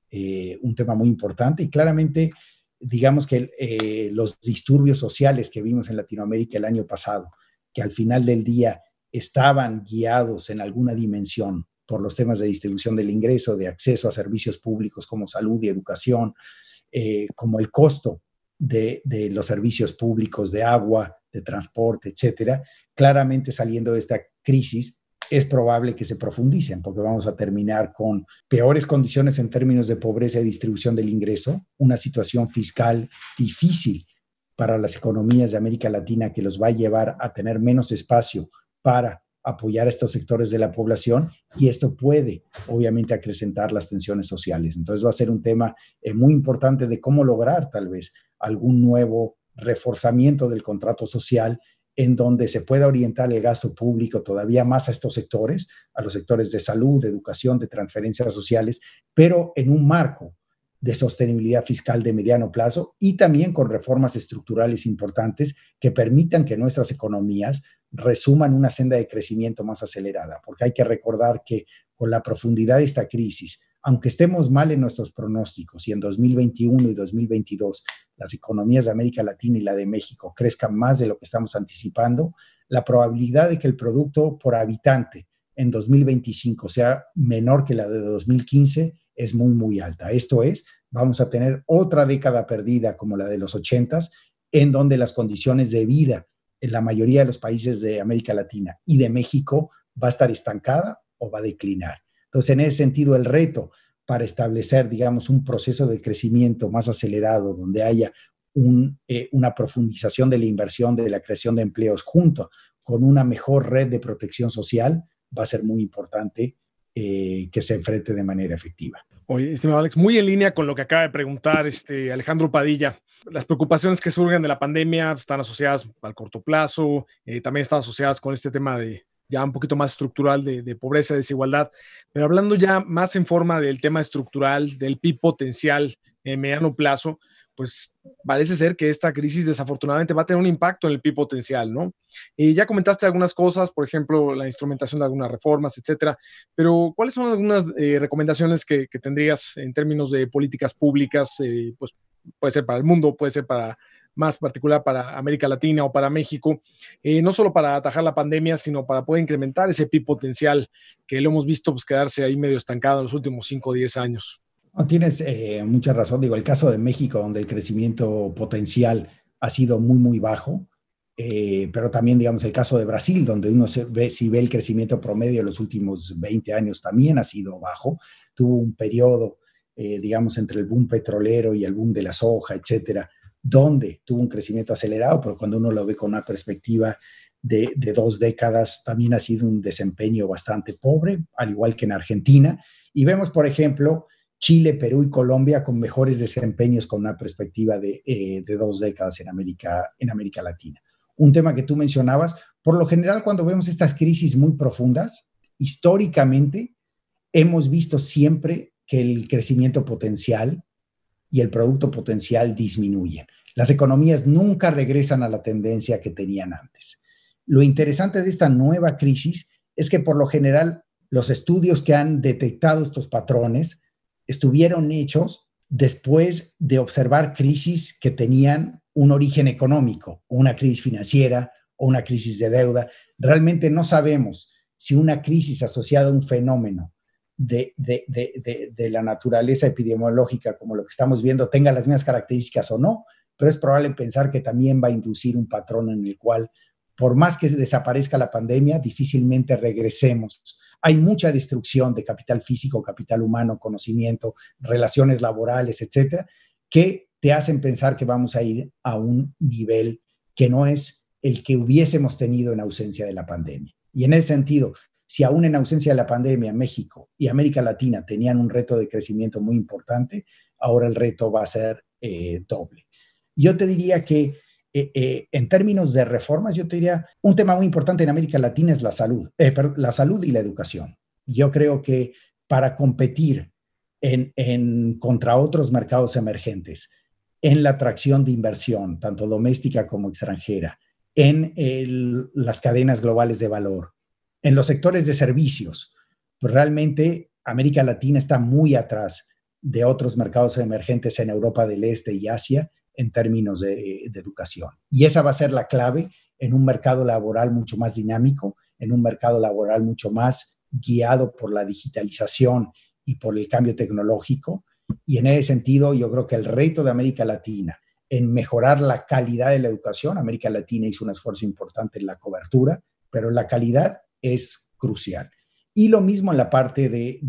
eh, un tema muy importante y claramente, digamos que eh, los disturbios sociales que vimos en Latinoamérica el año pasado, que al final del día estaban guiados en alguna dimensión por los temas de distribución del ingreso, de acceso a servicios públicos como salud y educación, eh, como el costo de, de los servicios públicos de agua, de transporte, etcétera, claramente saliendo de esta crisis, es probable que se profundicen, porque vamos a terminar con peores condiciones en términos de pobreza y distribución del ingreso, una situación fiscal difícil para las economías de América Latina que los va a llevar a tener menos espacio para apoyar a estos sectores de la población, y esto puede, obviamente, acrecentar las tensiones sociales. Entonces va a ser un tema eh, muy importante de cómo lograr, tal vez, algún nuevo reforzamiento del contrato social en donde se pueda orientar el gasto público todavía más a estos sectores, a los sectores de salud, de educación, de transferencias sociales, pero en un marco de sostenibilidad fiscal de mediano plazo y también con reformas estructurales importantes que permitan que nuestras economías resuman una senda de crecimiento más acelerada, porque hay que recordar que con la profundidad de esta crisis, aunque estemos mal en nuestros pronósticos y en dos mil veintiuno y dos mil veintidós las economías de América Latina y la de México crezcan más de lo que estamos anticipando, la probabilidad de que el producto por habitante en dos mil veinticinco sea menor que la de dos mil quince es muy, muy alta. Esto es, vamos a tener otra década perdida como la de los ochentas, en donde las condiciones de vida en la mayoría de los países de América Latina y de México va a estar estancada o va a declinar. Entonces, en ese sentido, el reto para establecer, digamos, un proceso de crecimiento más acelerado, donde haya un, eh, una profundización de la inversión, de la creación de empleos, junto con una mejor red de protección social, va a ser muy importante eh, que se enfrente de manera efectiva. Oye, estimado Alex, muy en línea con lo que acaba de preguntar este Alejandro Padilla. Las preocupaciones que surgen de la pandemia están asociadas al corto plazo, eh, también están asociadas con este tema de ya un poquito más estructural de, de pobreza y desigualdad, pero hablando ya más en forma del tema estructural, del P I B potencial en mediano plazo, pues parece ser que esta crisis desafortunadamente va a tener un impacto en el P I B potencial, ¿no? Y ya comentaste algunas cosas, por ejemplo, la instrumentación de algunas reformas, etcétera, pero ¿cuáles son algunas eh, recomendaciones que, que tendrías en términos de políticas públicas? Eh, pues puede ser para el mundo, puede ser para más particular para América Latina o para México, eh, no solo para atajar la pandemia, sino para poder incrementar ese P I B potencial que lo hemos visto pues, quedarse ahí medio estancado en los últimos cinco o diez años. No, tienes eh, mucha razón. Digo, el caso de México, donde el crecimiento potencial ha sido muy, muy bajo, eh, pero también, digamos, el caso de Brasil, donde uno se ve, si ve el crecimiento promedio de los últimos veinte años, también ha sido bajo. Tuvo un periodo, eh, digamos, entre el boom petrolero y el boom de la soja, etcétera, donde tuvo un crecimiento acelerado, pero cuando uno lo ve con una perspectiva de, de dos décadas, también ha sido un desempeño bastante pobre, al igual que en Argentina. Y vemos, por ejemplo, Chile, Perú y Colombia con mejores desempeños con una perspectiva de, eh, de dos décadas en América, en América Latina. Un tema que tú mencionabas, por lo general cuando vemos estas crisis muy profundas, históricamente hemos visto siempre que el crecimiento potencial y el producto potencial disminuyen. Las economías nunca regresan a la tendencia que tenían antes. Lo interesante de esta nueva crisis es que por lo general los estudios que han detectado estos patrones estuvieron hechos después de observar crisis que tenían un origen económico, una crisis financiera o una crisis de deuda. Realmente no sabemos si una crisis asociada a un fenómeno de, de, de, de, de la naturaleza epidemiológica como lo que estamos viendo tenga las mismas características o no, pero es probable pensar que también va a inducir un patrón en el cual, por más que desaparezca la pandemia, difícilmente regresemos. Hay mucha destrucción de capital físico, capital humano, conocimiento, relaciones laborales, etcétera, que te hacen pensar que vamos a ir a un nivel que no es el que hubiésemos tenido en ausencia de la pandemia. Y en ese sentido, si aún en ausencia de la pandemia México y América Latina tenían un reto de crecimiento muy importante, ahora el reto va a ser eh, doble. Yo te diría que eh, eh, en términos de reformas, yo te diría un tema muy importante en América Latina es la salud, eh, perdón, la salud y la educación. Yo creo que para competir en, en, contra otros mercados emergentes, en la atracción de inversión, tanto doméstica como extranjera, en el, las cadenas globales de valor, en los sectores de servicios, pues realmente América Latina está muy atrás de otros mercados emergentes en Europa del Este y Asia en términos de, de educación. Y esa va a ser la clave en un mercado laboral mucho más dinámico, en un mercado laboral mucho más guiado por la digitalización y por el cambio tecnológico. Y en ese sentido, yo creo que el reto de América Latina en mejorar la calidad de la educación, América Latina hizo un esfuerzo importante en la cobertura, pero la calidad es crucial. Y lo mismo en la parte de,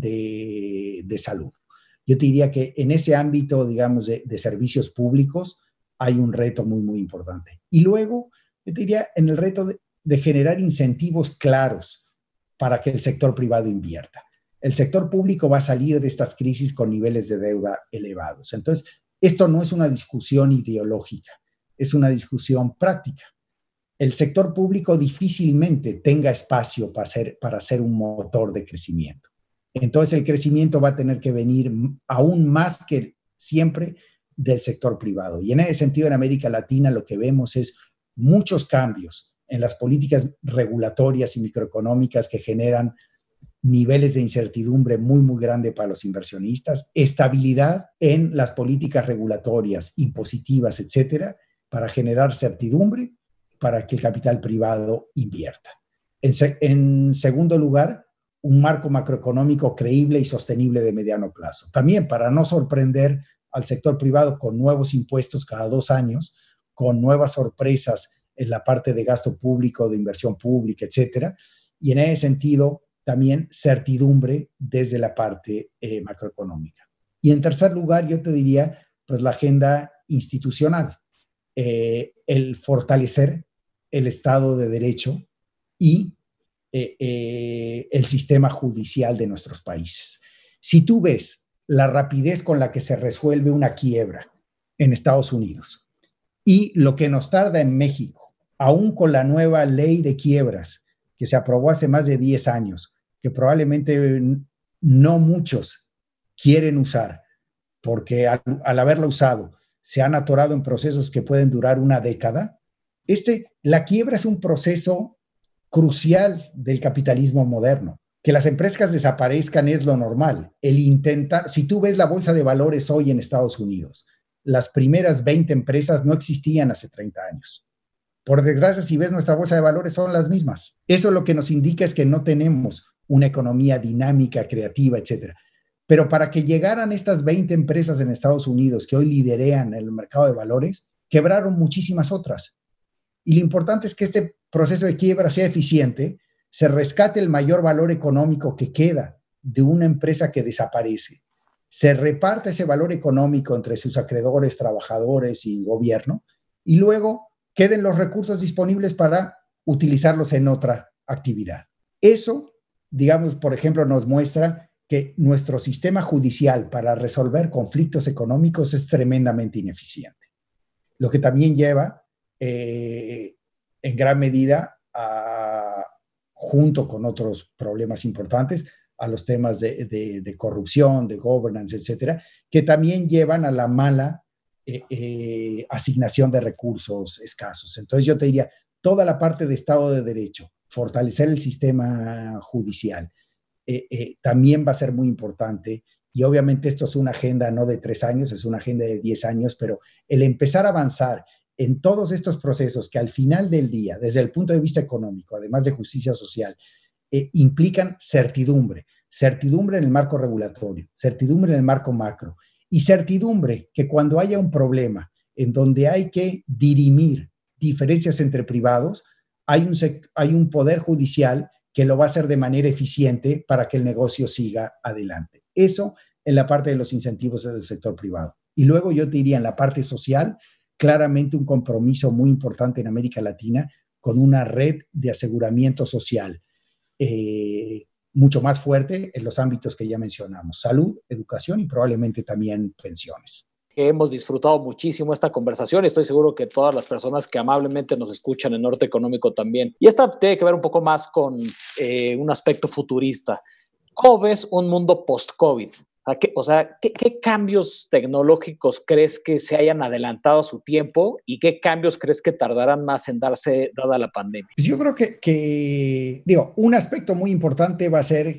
de, de salud. Yo te diría que en ese ámbito, digamos, de, de servicios públicos, hay un reto muy, muy importante. Y luego, yo te diría, en el reto de, de generar incentivos claros para que el sector privado invierta. El sector público va a salir de estas crisis con niveles de deuda elevados. Entonces, esto no es una discusión ideológica, es una discusión práctica. El sector público difícilmente tenga espacio para ser, para ser un motor de crecimiento. Entonces, el crecimiento va a tener que venir aún más que siempre del sector privado. Y en ese sentido, en América Latina lo que vemos es muchos cambios en las políticas regulatorias y microeconómicas que generan niveles de incertidumbre muy, muy grande para los inversionistas, estabilidad en las políticas regulatorias, impositivas, etcétera, para generar certidumbre para que el capital privado invierta. En, se- en segundo lugar, un marco macroeconómico creíble y sostenible de mediano plazo. También para no sorprender al sector privado con nuevos impuestos cada dos años, con nuevas sorpresas en la parte de gasto público, de inversión pública, etcétera. Y en ese sentido, también certidumbre desde la parte eh, macroeconómica. Y en tercer lugar, yo te diría, pues la agenda institucional, eh, el fortalecer el Estado de Derecho y eh, eh, el sistema judicial de nuestros países. Si tú ves la rapidez con la que se resuelve una quiebra en Estados Unidos y lo que nos tarda en México, aún con la nueva ley de quiebras que se aprobó hace más de diez años, que probablemente no muchos quieren usar, porque al, al haberla usado se han atorado en procesos que pueden durar una década. Este, la quiebra es un proceso crucial del capitalismo moderno. Que las empresas desaparezcan es lo normal. El intentar, si tú ves la bolsa de valores hoy en Estados Unidos, las primeras veinte empresas no existían hace treinta años. Por desgracia, si ves nuestra bolsa de valores, son las mismas. Eso lo que nos indica es que no tenemos una economía dinámica, creativa, etcétera. Pero para que llegaran estas veinte empresas en Estados Unidos que hoy liderean el mercado de valores, quebraron muchísimas otras. Y lo importante es que este proceso de quiebra sea eficiente, se rescate el mayor valor económico que queda de una empresa que desaparece, se reparte ese valor económico entre sus acreedores, trabajadores y gobierno, y luego queden los recursos disponibles para utilizarlos en otra actividad. Eso, digamos, por ejemplo, nos muestra que nuestro sistema judicial para resolver conflictos económicos es tremendamente ineficiente, lo que también lleva eh, en gran medida a, junto con otros problemas importantes, a los temas de, de, de corrupción, de governance, etcétera, que también llevan a la mala eh, eh, asignación de recursos escasos. Entonces yo te diría, toda la parte de Estado de Derecho, fortalecer el sistema judicial, eh, eh, también va a ser muy importante. Y obviamente esto es una agenda no de tres años, es una agenda de diez años, pero el empezar a avanzar en todos estos procesos que al final del día, desde el punto de vista económico, además de justicia social, eh, implican certidumbre, certidumbre en el marco regulatorio, certidumbre en el marco macro y certidumbre que cuando haya un problema en donde hay que dirimir diferencias entre privados, hay un, hay un poder judicial que lo va a hacer de manera eficiente para que el negocio siga adelante. Eso en la parte de los incentivos del sector privado. Y luego yo te diría en la parte social, claramente un compromiso muy importante en América Latina con una red de aseguramiento social eh, mucho más fuerte en los ámbitos que ya mencionamos, salud, educación y probablemente también pensiones. Hemos disfrutado muchísimo esta conversación y estoy seguro que todas las personas que amablemente nos escuchan en Norte Económico también. Y esta tiene que ver un poco más con eh, un aspecto futurista. ¿Cómo ves un mundo post-COVID? O sea, ¿qué, ¿qué cambios tecnológicos crees que se hayan adelantado a su tiempo y qué cambios crees que tardarán más en darse dada la pandemia? Pues yo creo que, que, digo, un aspecto muy importante va a ser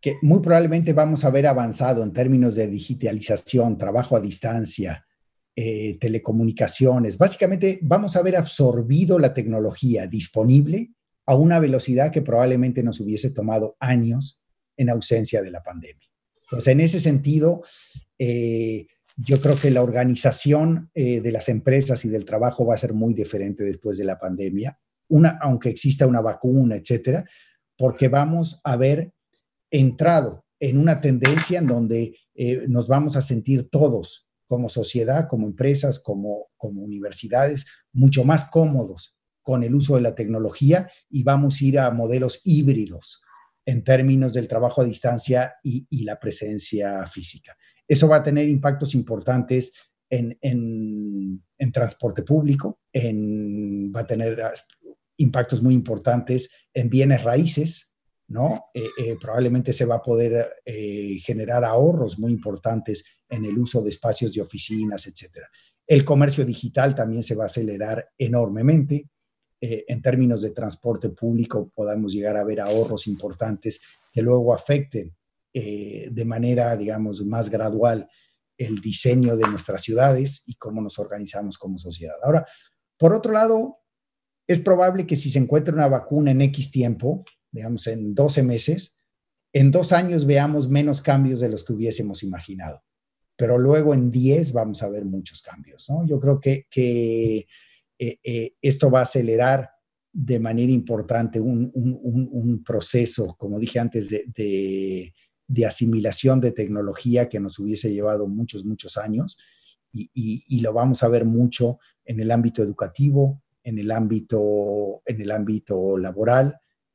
que muy probablemente vamos a haber avanzado en términos de digitalización, trabajo a distancia, eh, telecomunicaciones. Básicamente vamos a haber absorbido la tecnología disponible a una velocidad que probablemente nos hubiese tomado años en ausencia de la pandemia. Entonces, en ese sentido, eh, yo creo que la organización eh, de las empresas y del trabajo va a ser muy diferente después de la pandemia, una, aunque exista una vacuna, etcétera, porque vamos a ver entrado en una tendencia en donde eh, nos vamos a sentir todos como sociedad, como empresas, como, como universidades, mucho más cómodos con el uso de la tecnología y vamos a ir a modelos híbridos en términos del trabajo a distancia y, y la presencia física. Eso va a tener impactos importantes en, en, en transporte público, en, va a tener impactos muy importantes en bienes raíces, ¿no? Eh, eh, probablemente se va a poder eh, generar ahorros muy importantes en el uso de espacios de oficinas, etcétera. El comercio digital también se va a acelerar enormemente. Eh, en términos de transporte público podamos llegar a ver ahorros importantes que luego afecten eh, de manera, digamos, más gradual el diseño de nuestras ciudades y cómo nos organizamos como sociedad. Ahora, por otro lado, es probable que si se encuentra una vacuna en X tiempo, digamos en doce meses, en dos años veamos menos cambios de los que hubiésemos imaginado. Pero luego en diez vamos a ver muchos cambios, ¿no? Yo creo que, que eh, eh, esto va a acelerar de manera importante un, un, un, un proceso, como dije antes, de, de, de asimilación de tecnología que nos hubiese llevado muchos, muchos años y, y, y lo vamos a ver mucho en el ámbito educativo, en el ámbito, en el ámbito laboral,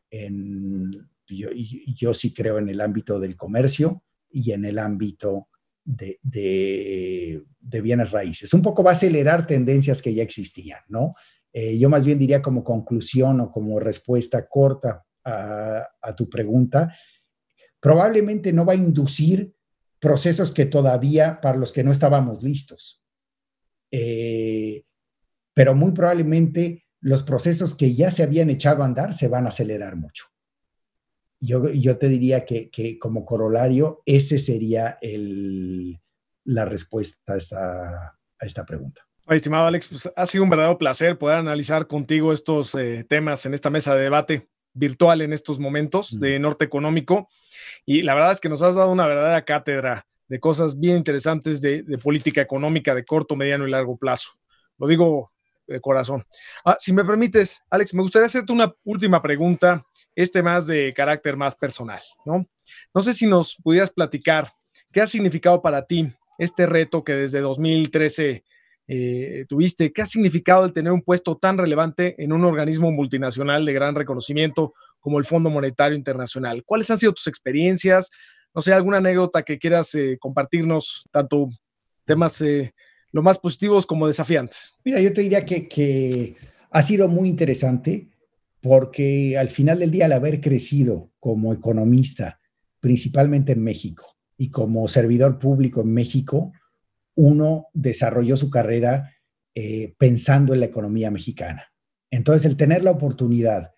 en, yo, yo sí creo en el ámbito del comercio y en el ámbito de, de, de bienes raíces. Un poco va a acelerar tendencias que ya existían, ¿no? Eh, yo más bien diría como conclusión o como respuesta corta a, a tu pregunta, probablemente no va a inducir procesos que todavía, para los que no estábamos listos. Eh, pero muy probablemente los procesos que ya se habían echado a andar se van a acelerar mucho. Yo, yo te diría que, que como corolario, ese sería el, la respuesta a esta, a esta pregunta. Oye, estimado Alex, pues ha sido un verdadero placer poder analizar contigo estos eh, temas en esta mesa de debate virtual en estos momentos mm. de Norte Económico. Y la verdad es que nos has dado una verdadera cátedra de cosas bien interesantes de, de política económica de corto, mediano y largo plazo. Lo digo de corazón. Ah, si me permites, Alex, me gustaría hacerte una última pregunta, este más de carácter más personal, ¿no? No sé si nos pudieras platicar qué ha significado para ti este reto que desde dos mil trece eh, tuviste, qué ha significado el tener un puesto tan relevante en un organismo multinacional de gran reconocimiento como el Fondo Monetario Internacional. ¿Cuáles han sido tus experiencias? No sé, alguna anécdota que quieras eh, compartirnos, tanto temas eh, lo más positivos como desafiantes. Mira, yo te diría que, que ha sido muy interesante porque al final del día, al haber crecido como economista, principalmente en México, y como servidor público en México, uno desarrolló su carrera eh, pensando en la economía mexicana. Entonces, el tener la oportunidad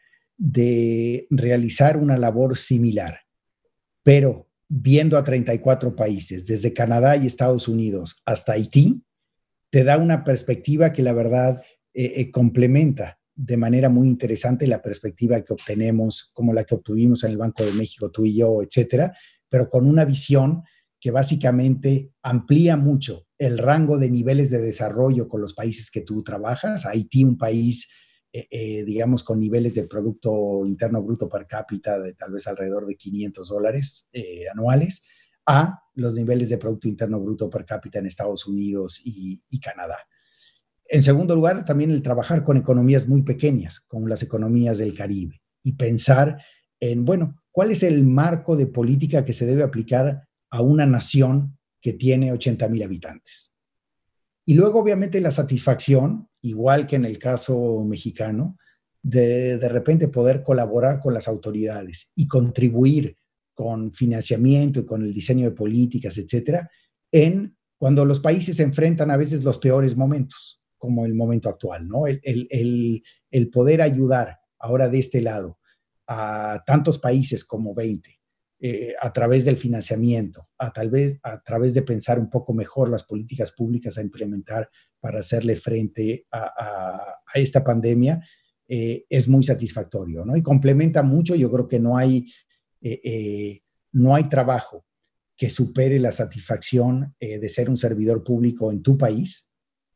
de realizar una labor similar, pero viendo a treinta y cuatro países, desde Canadá y Estados Unidos hasta Haití, te da una perspectiva que la verdad eh, eh, complementa de manera muy interesante la perspectiva que obtenemos, como la que obtuvimos en el Banco de México, tú y yo, etcétera, pero con una visión que básicamente amplía mucho el rango de niveles de desarrollo con los países que tú trabajas. Haití, un país, eh, eh, digamos, con niveles de Producto Interno Bruto per cápita de tal vez alrededor de quinientos dólares eh, anuales, a los niveles de Producto Interno Bruto per cápita en Estados Unidos y, y Canadá. En segundo lugar, también el trabajar con economías muy pequeñas, como las economías del Caribe, y pensar en, bueno, ¿cuál es el marco de política que se debe aplicar a una nación que tiene ochenta mil habitantes? Y luego, obviamente, la satisfacción, igual que en el caso mexicano, de de repente poder colaborar con las autoridades y contribuir con financiamiento y con el diseño de políticas, etcétera, en cuando los países se enfrentan a veces los peores momentos, como el momento actual, ¿no? El, el, el, el poder ayudar ahora de este lado a tantos países como veinte eh, a través del financiamiento, a, tal vez, a través de pensar un poco mejor las políticas públicas a implementar para hacerle frente a, a, a esta pandemia, eh, es muy satisfactorio, ¿no? Y complementa mucho. Yo creo que no hay, eh, eh, no hay trabajo que supere la satisfacción eh, de ser un servidor público en tu país,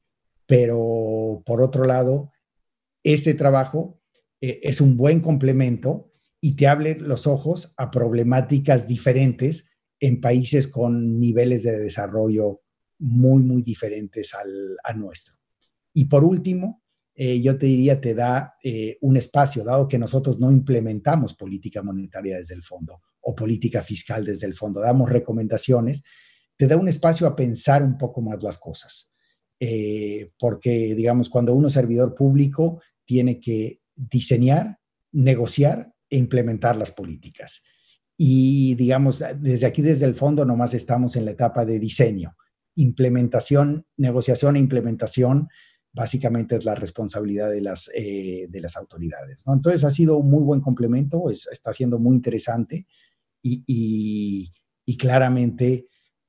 pero por otro lado, este trabajo eh, es un buen complemento y te abre los ojos a problemáticas diferentes en países con niveles de desarrollo muy, muy diferentes al, a nuestro. Y por último, eh, yo te diría, te da eh, un espacio, dado que nosotros no implementamos política monetaria desde el fondo o política fiscal desde el fondo, damos recomendaciones, te da un espacio a pensar un poco más las cosas. Eh, porque, digamos, cuando uno es servidor público, tiene que diseñar, negociar e implementar las políticas. Y, digamos, desde aquí, desde el fondo, nomás estamos en la etapa de diseño. Implementación, negociación e implementación, básicamente es la responsabilidad de las, eh, de las autoridades, ¿no? Entonces, ha sido un muy buen complemento, es, está siendo muy interesante y, y, y claramente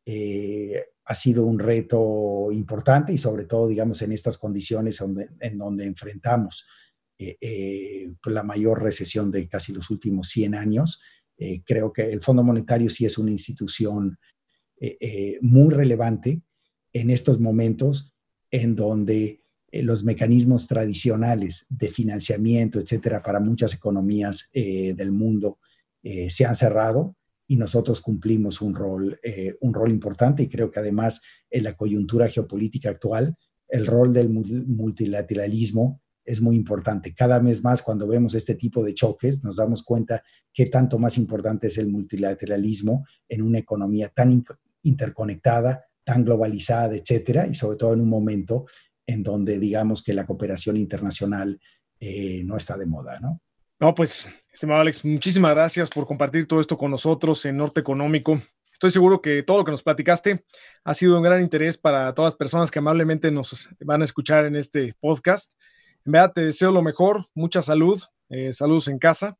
eh, ha sido un reto importante y sobre todo, digamos, en estas condiciones donde, en donde enfrentamos eh, eh, la mayor recesión de casi los últimos cien años. Eh, creo que el Fondo Monetario sí es una institución eh, eh, muy relevante en estos momentos en donde eh, los mecanismos tradicionales de financiamiento, etcétera, para muchas economías eh, del mundo eh, se han cerrado y nosotros cumplimos un rol, eh, un rol importante y creo que además en la coyuntura geopolítica actual el rol del multilateralismo es muy importante. Cada vez más cuando vemos este tipo de choques nos damos cuenta qué tanto más importante es el multilateralismo en una economía tan interconectada, tan globalizada, etcétera, y sobre todo en un momento en donde digamos que la cooperación internacional eh, no está de moda, ¿no? No, pues, estimado Alex, muchísimas gracias por compartir todo esto con nosotros en Norte Económico. Estoy seguro que todo lo que nos platicaste ha sido un gran interés para todas las personas que amablemente nos van a escuchar en este podcast. En verdad, te deseo lo mejor, mucha salud, eh, saludos en casa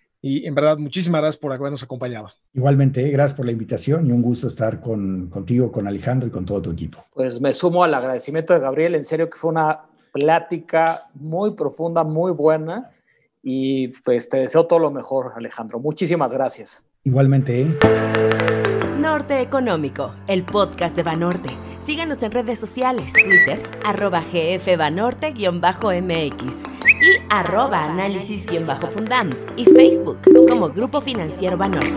y en verdad, muchísimas gracias por habernos acompañado. Igualmente, gracias por la invitación y un gusto estar con, contigo, con Alejandro y con todo tu equipo. Pues me sumo al agradecimiento de Gabriel, en serio que fue una plática muy profunda, muy buena. Y pues te deseo todo lo mejor, Alejandro. Muchísimas gracias. Igualmente. ¿eh? Norte Económico, el podcast de Banorte. Síganos en redes sociales, Twitter, arroba gfbanorte-mx y arroba análisis-fundam y Facebook como Grupo Financiero Banorte.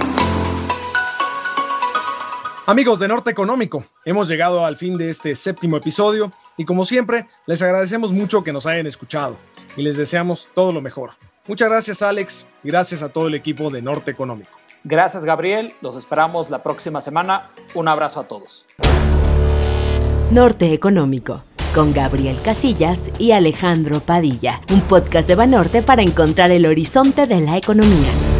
Amigos de Norte Económico, hemos llegado al fin de este séptimo episodio y como siempre, les agradecemos mucho que nos hayan escuchado y les deseamos todo lo mejor. Muchas gracias, Alex, y gracias a todo el equipo de Norte Económico. Gracias, Gabriel. Los esperamos la próxima semana. Un abrazo a todos. Norte Económico, con Gabriel Casillas y Alejandro Padilla. Un podcast de Banorte para encontrar el horizonte de la economía.